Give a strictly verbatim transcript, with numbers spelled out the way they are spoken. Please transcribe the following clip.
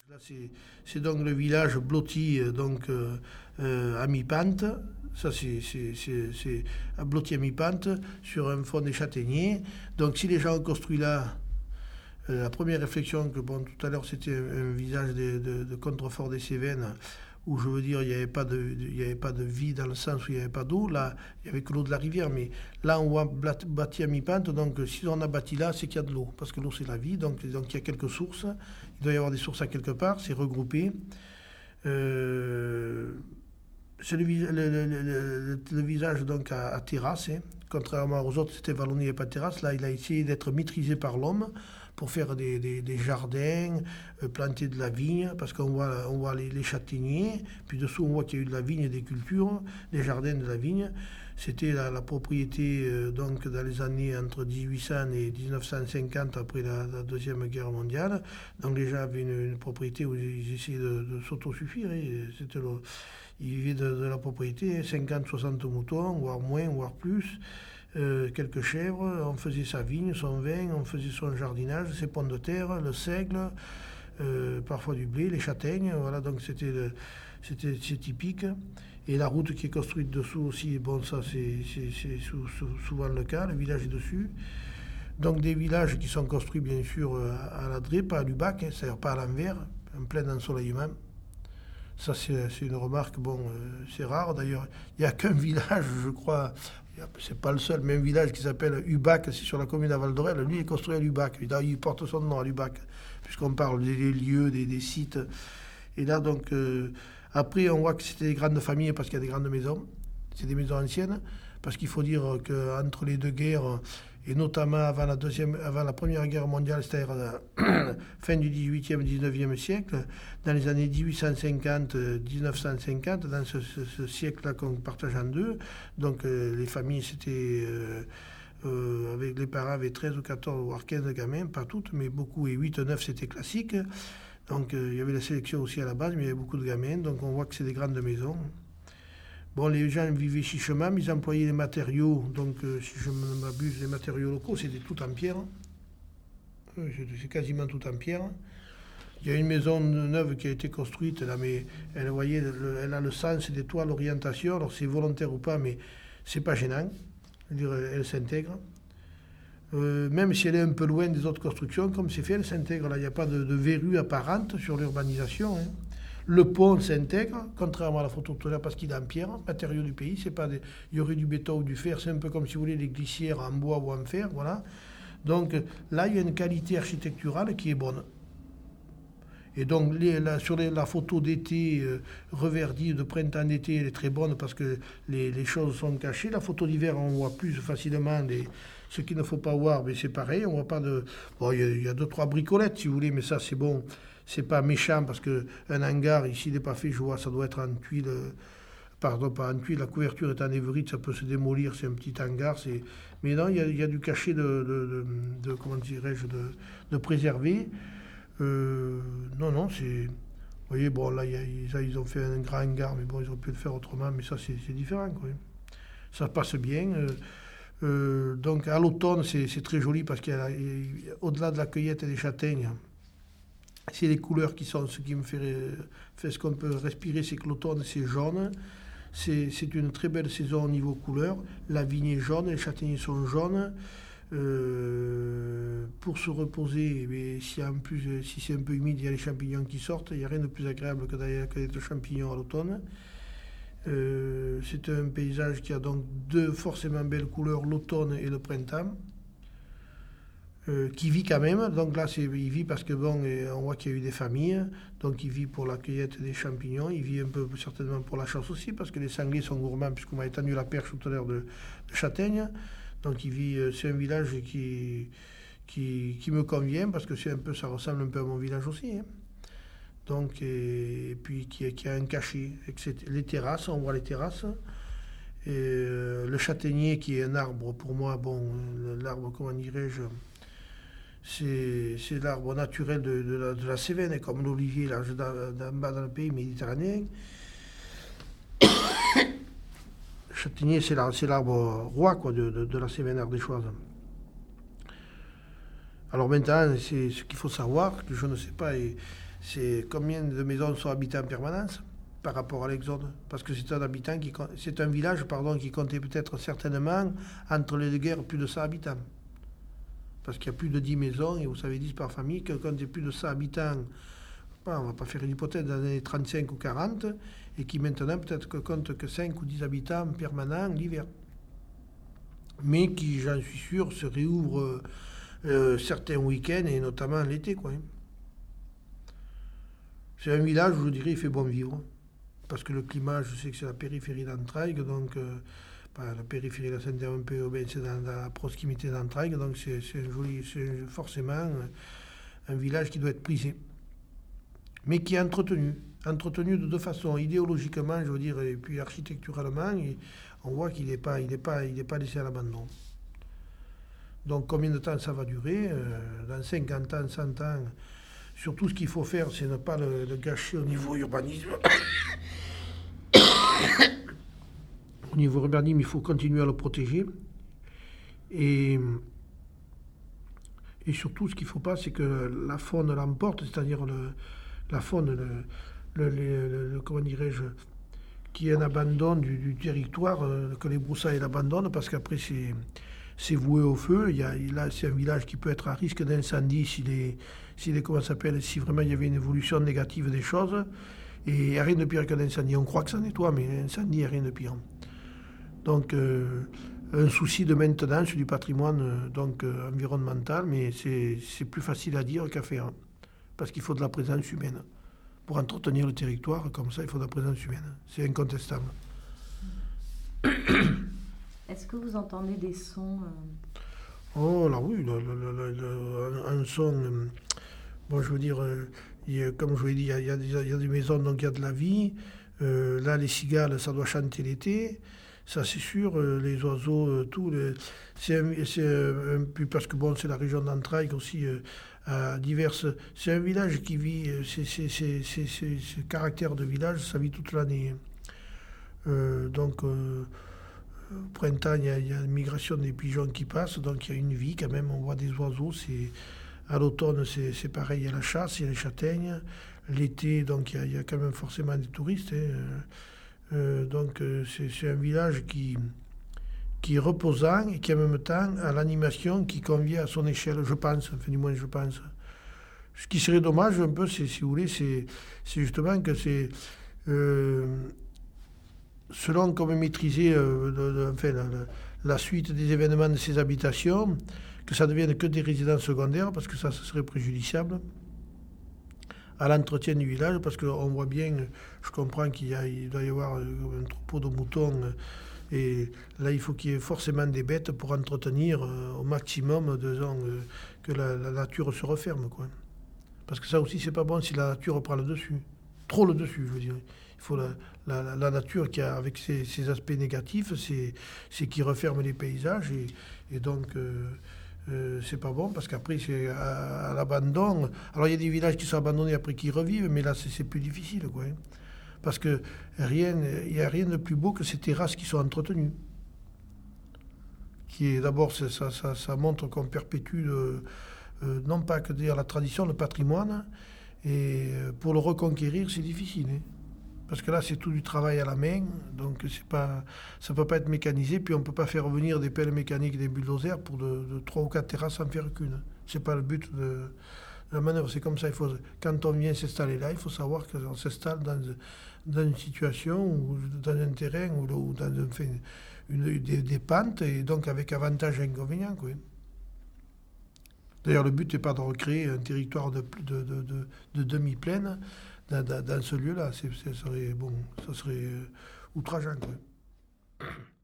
Là, c'est, c'est donc le village blotti donc, euh, euh, à mi-pente. Ça, c'est, c'est, c'est, c'est à blotti à mi-pente sur un fond des châtaigniers. Donc, si les gens ont construit là, euh, la première réflexion que, bon, tout à l'heure, c'était un, un visage de, de, de contrefort des Cévennes, où je veux dire, il n'y avait pas de, il n'y avait pas de vie dans le sens où il n'y avait pas d'eau. Là, il n'y avait que l'eau de la rivière. Mais là, on voit bâti à mi-pente. Donc, si on a bâti là, c'est qu'il y a de l'eau. Parce que l'eau, c'est la vie. Donc, donc, il y a quelques sources. Il doit y avoir des sources à quelque part. C'est regroupé. Euh, c'est le, le, le, le, le visage donc à, à terrasse. Hein. Contrairement aux autres, c'était vallonné et pas de terrasse. Là, il a essayé d'être maîtrisé par l'homme pour faire des, des, des jardins, euh, planter de la vigne, parce qu'on voit, on voit les, les châtaigniers, puis dessous on voit qu'il y a eu de la vigne et des cultures, des jardins de la vigne. C'était la, la propriété, euh, donc, dans les années entre dix-huit cents et dix-neuf cent cinquante, après la, la Deuxième Guerre mondiale. Donc les gens avaient une, une propriété où ils essayaient de, de s'autosuffire. Hein. C'était le, ils vivaient de, de la propriété, cinquante soixante moutons, voire moins, voire plus. Euh, quelques chèvres, on faisait sa vigne, son vin, on faisait son jardinage, ses pommes de terre, le seigle, euh, parfois du blé, les châtaignes, voilà, donc c'était, le, c'était c'est typique. Et la route qui est construite dessous aussi, bon, ça c'est, c'est, c'est sou, sou, souvent le cas, le village est dessus. Donc des villages qui sont construits bien sûr à la Drée, pas à Lubac, hein, c'est-à-dire pas à l'envers, en plein ensoleillement. Ça c'est, c'est une remarque, bon, euh, c'est rare d'ailleurs, il n'y a qu'un village, je crois. C'est pas le seul, mais un village qui s'appelle Ubac, c'est sur la commune à Val-d'Orel, lui est construit à Lubac, il porte son nom à Lubac, puisqu'on parle des lieux, des, des sites. Et là, donc, euh, après, on voit que c'était des grandes familles parce qu'il y a des grandes maisons, c'est des maisons anciennes, parce qu'il faut dire qu'entre les deux guerres, et notamment avant la, deuxième, avant la Première Guerre mondiale, c'est-à-dire la fin du dix-huitième, dix-neuvième siècle, dans les années dix-huit cent cinquante, dix-neuf cent cinquante, dans ce, ce, ce siècle-là qu'on partage en deux, donc euh, les familles, c'était... Euh, euh, avec les parents avaient treize ou quatorze, voire quinze gamins, pas toutes, mais beaucoup, et huit, neuf, c'était classique. Donc euh, il y avait la sélection aussi à la base, mais il y avait beaucoup de gamins, donc on voit que c'est des grandes maisons. Bon, les gens vivaient chichement, mais ils employaient les matériaux, donc euh, si je ne m'abuse, les matériaux locaux, c'était tout en pierre. C'est quasiment tout en pierre. Il y a une maison neuve qui a été construite, là, mais elle, voyez, elle a le sens des toits, l'orientation, alors c'est volontaire ou pas, mais c'est pas gênant. C'est-à-dire, elle s'intègre. Euh, même si elle est un peu loin des autres constructions, comme c'est fait, elle s'intègre. Là, il n'y a pas de, de verrue apparente sur l'urbanisation. Hein. Le pont s'intègre, contrairement à la photo de tout à l'heure, parce qu'il est en pierre, matériau du pays. C'est pas des... Il y aurait du béton ou du fer, c'est un peu comme si vous voulez les glissières en bois ou en fer, voilà. Donc là, il y a une qualité architecturale qui est bonne. Et donc les, la, sur les, la photo d'été euh, reverdie, de printemps d'été, elle est très bonne parce que les, les choses sont cachées. La photo d'hiver, on voit plus facilement les, ce qu'il ne faut pas voir, mais c'est pareil, on voit pas de... Bon, il y a, il y a deux, trois bricolettes, si vous voulez, mais ça, c'est bon. C'est pas méchant parce qu'un hangar, ici, il n'est pas fait, je vois, ça doit être en tuile, pardon, pas en tuile, la couverture est en évrite, ça peut se démolir, c'est un petit hangar, c'est... Mais non, il y a, il y a du cachet de, de, de, de comment dirais-je, de, de préserver. Euh, non, non, c'est... Vous voyez, bon, là, il y a, ils, ils ont fait un grand hangar, mais bon, ils auraient pu le faire autrement, mais ça, c'est, c'est différent, quoi. Ça passe bien. Euh, euh, donc, à l'automne, c'est, c'est très joli parce qu'il y a, il, au-delà de la cueillette des châtaignes, c'est les couleurs qui sont ce qui me fait, fait ce qu'on peut respirer, c'est que l'automne, c'est jaune. C'est, c'est une très belle saison au niveau couleur. La vigne est jaune, les châtaigniers sont jaunes. Euh, pour se reposer, mais si, en plus, si c'est un peu humide, il y a les champignons qui sortent. Il n'y a rien de plus agréable que d'aller cueillir des champignons à l'automne. Euh, c'est un paysage qui a donc deux forcément belles couleurs, l'automne et le printemps. Euh, qui vit quand même, donc là c'est, il vit parce que bon, on voit qu'il y a eu des familles, donc il vit pour la cueillette des champignons, il vit un peu certainement pour la chasse aussi, parce que les sangliers sont gourmands, puisqu'on m'a étendu la perche tout à l'heure de, de châtaignes, donc il vit, c'est un village qui, qui, qui me convient, parce que c'est un peu, ça ressemble un peu à mon village aussi, hein. Donc, et, et puis qui, qui a un cachet, les terrasses, on voit les terrasses, et euh, le châtaignier qui est un arbre, pour moi, bon, l'arbre, comment dirais-je, C'est, c'est l'arbre naturel de, de, la, de la Cévenne, comme l'olivier là, d'en bas dans le pays méditerranéen. Le châtaignier, c'est, la, c'est l'arbre roi quoi, de, de, de la Cévenne ardéchoise. Alors maintenant, c'est ce qu'il faut savoir, que je ne sais pas, et c'est combien de maisons sont habitées en permanence par rapport à l'Exode. Parce que c'est un habitant qui, c'est un village pardon, qui comptait peut-être certainement entre les deux guerres plus de cent habitants. Parce qu'il y a plus de dix maisons, et vous savez dix par famille, que quand il y a plus de cent habitants, on ne va pas faire une hypothèse dans les années trente-cinq ou quarante, et qui maintenant peut-être que compte que cinq ou dix habitants permanents l'hiver. Mais qui, j'en suis sûr, se réouvrent euh, certains week-ends, et notamment l'été, quoi. C'est un village où je dirais il fait bon vivre. Parce que le climat, je sais que c'est la périphérie d'Entraigues, donc euh, bah, la périphérie de la Saint-Hermpe, ben, c'est dans, dans la proximité d'Entraigues, donc c'est, c'est, un joli, c'est forcément un village qui doit être prisé. Mais qui est entretenu. Entretenu de deux façons, idéologiquement, je veux dire, et puis architecturalement, et on voit qu'il n'est pas, il est pas, il est pas laissé à l'abandon. Donc combien de temps ça va durer euh, dans cinquante ans, cent ans. Surtout, ce qu'il faut faire, c'est ne pas le, le gâcher au niveau urbanisme. Au niveau urbanisme, il faut continuer à le protéger. Et, et surtout, ce qu'il ne faut pas, c'est que la faune l'emporte, c'est-à-dire le, la faune, le, le, le, le, comment dirais-je, qu'il y ait un abandon du, du territoire, euh, que les broussailles l'abandonnent, parce qu'après, c'est... c'est voué au feu. Il y a, là, c'est un village qui peut être à risque d'incendie s'il est, s'il est, comment ça s'appelle, si vraiment il y avait une évolution négative des choses. Et il n'y a rien de pire qu'un incendie. On croit que ça nettoie, mais l'incendie, il n'y a rien de pire. Donc, euh, un souci de maintenance du patrimoine euh, donc, euh, environnemental, mais c'est, c'est plus facile à dire qu'à faire. Parce qu'il faut de la présence humaine. Pour entretenir le territoire, comme ça, il faut de la présence humaine. C'est incontestable. Est-ce que vous entendez des sons euh... Oh là oui, le, le, le, le, un, un son. Euh, bon, je veux dire, euh, il y a, comme je vous l'ai dit, il y a, il y a des, il y a des maisons, donc il y a de la vie. Euh, là, les cigales, ça doit chanter l'été. Ça, c'est sûr. Euh, les oiseaux, euh, tout. Les, c'est, un, c'est un, un, parce que bon, c'est la région d'Entraigues aussi. Euh, à diverses. C'est un village qui vit. C'est, c'est, c'est, c'est, c'est, c'est caractère de village, ça vit toute l'année. Euh, donc. Euh, Au printemps, il y, a, il y a une migration des pigeons qui passent, donc il y a une vie quand même, on voit des oiseaux. C'est, à l'automne, c'est, c'est pareil, il y a la chasse, il y a les châtaignes. L'été, donc il y a, il y a quand même forcément des touristes. Hein. Euh, donc c'est, c'est un village qui, qui est reposant et qui en même temps a l'animation qui convient à son échelle, je pense, enfin du moins je pense. Ce qui serait dommage un peu, c'est, si vous voulez, c'est, c'est justement que c'est... Euh, selon comment maîtriser euh, le, le, enfin, la, la suite des événements de ces habitations, que ça ne devienne que des résidences secondaires, parce que ça, ça serait préjudiciable à l'entretien du village, parce qu'on voit bien, je comprends qu'il y a, il doit y avoir un troupeau de moutons, et là il faut qu'il y ait forcément des bêtes pour entretenir euh, au maximum, disons, euh, que la, la nature se referme, quoi. Parce que ça aussi, c'est pas bon si la nature prend le dessus. Trop le dessus, je veux dire. Il faut la, la, la nature qui a, avec ses, ses aspects négatifs, c'est, c'est qui referme les paysages. Et, et donc, euh, euh, c'est pas bon parce qu'après, c'est à, à l'abandon. Alors, il y a des villages qui sont abandonnés après qui revivent, mais là, c'est, c'est plus difficile, quoi. Hein. Parce que rien, il n'y a rien de plus beau que ces terrasses qui sont entretenues. Qui est, d'abord, ça, ça, ça montre qu'on perpétue, le, euh, non pas que dire la tradition, le patrimoine. Et pour le reconquérir, c'est difficile. Hein. Parce que là, c'est tout du travail à la main, donc c'est pas, ça ne peut pas être mécanisé, puis on ne peut pas faire revenir des pelles mécaniques et des bulldozers pour de, de trois ou quatre terrasses sans faire qu'une. Ce n'est pas le but de, de la manœuvre, c'est comme ça. Il faut, quand on vient s'installer là, il faut savoir qu'on s'installe dans, dans une situation, ou dans un terrain, ou, ou dans enfin, une, des, des pentes, et donc avec avantages et inconvénients, quoi. D'ailleurs, le but n'est pas de recréer un territoire de, de, de, de, de demi-plaine dans, dans, dans ce lieu-là. C'est, ça serait, bon, ça serait euh, outrageant, quoi.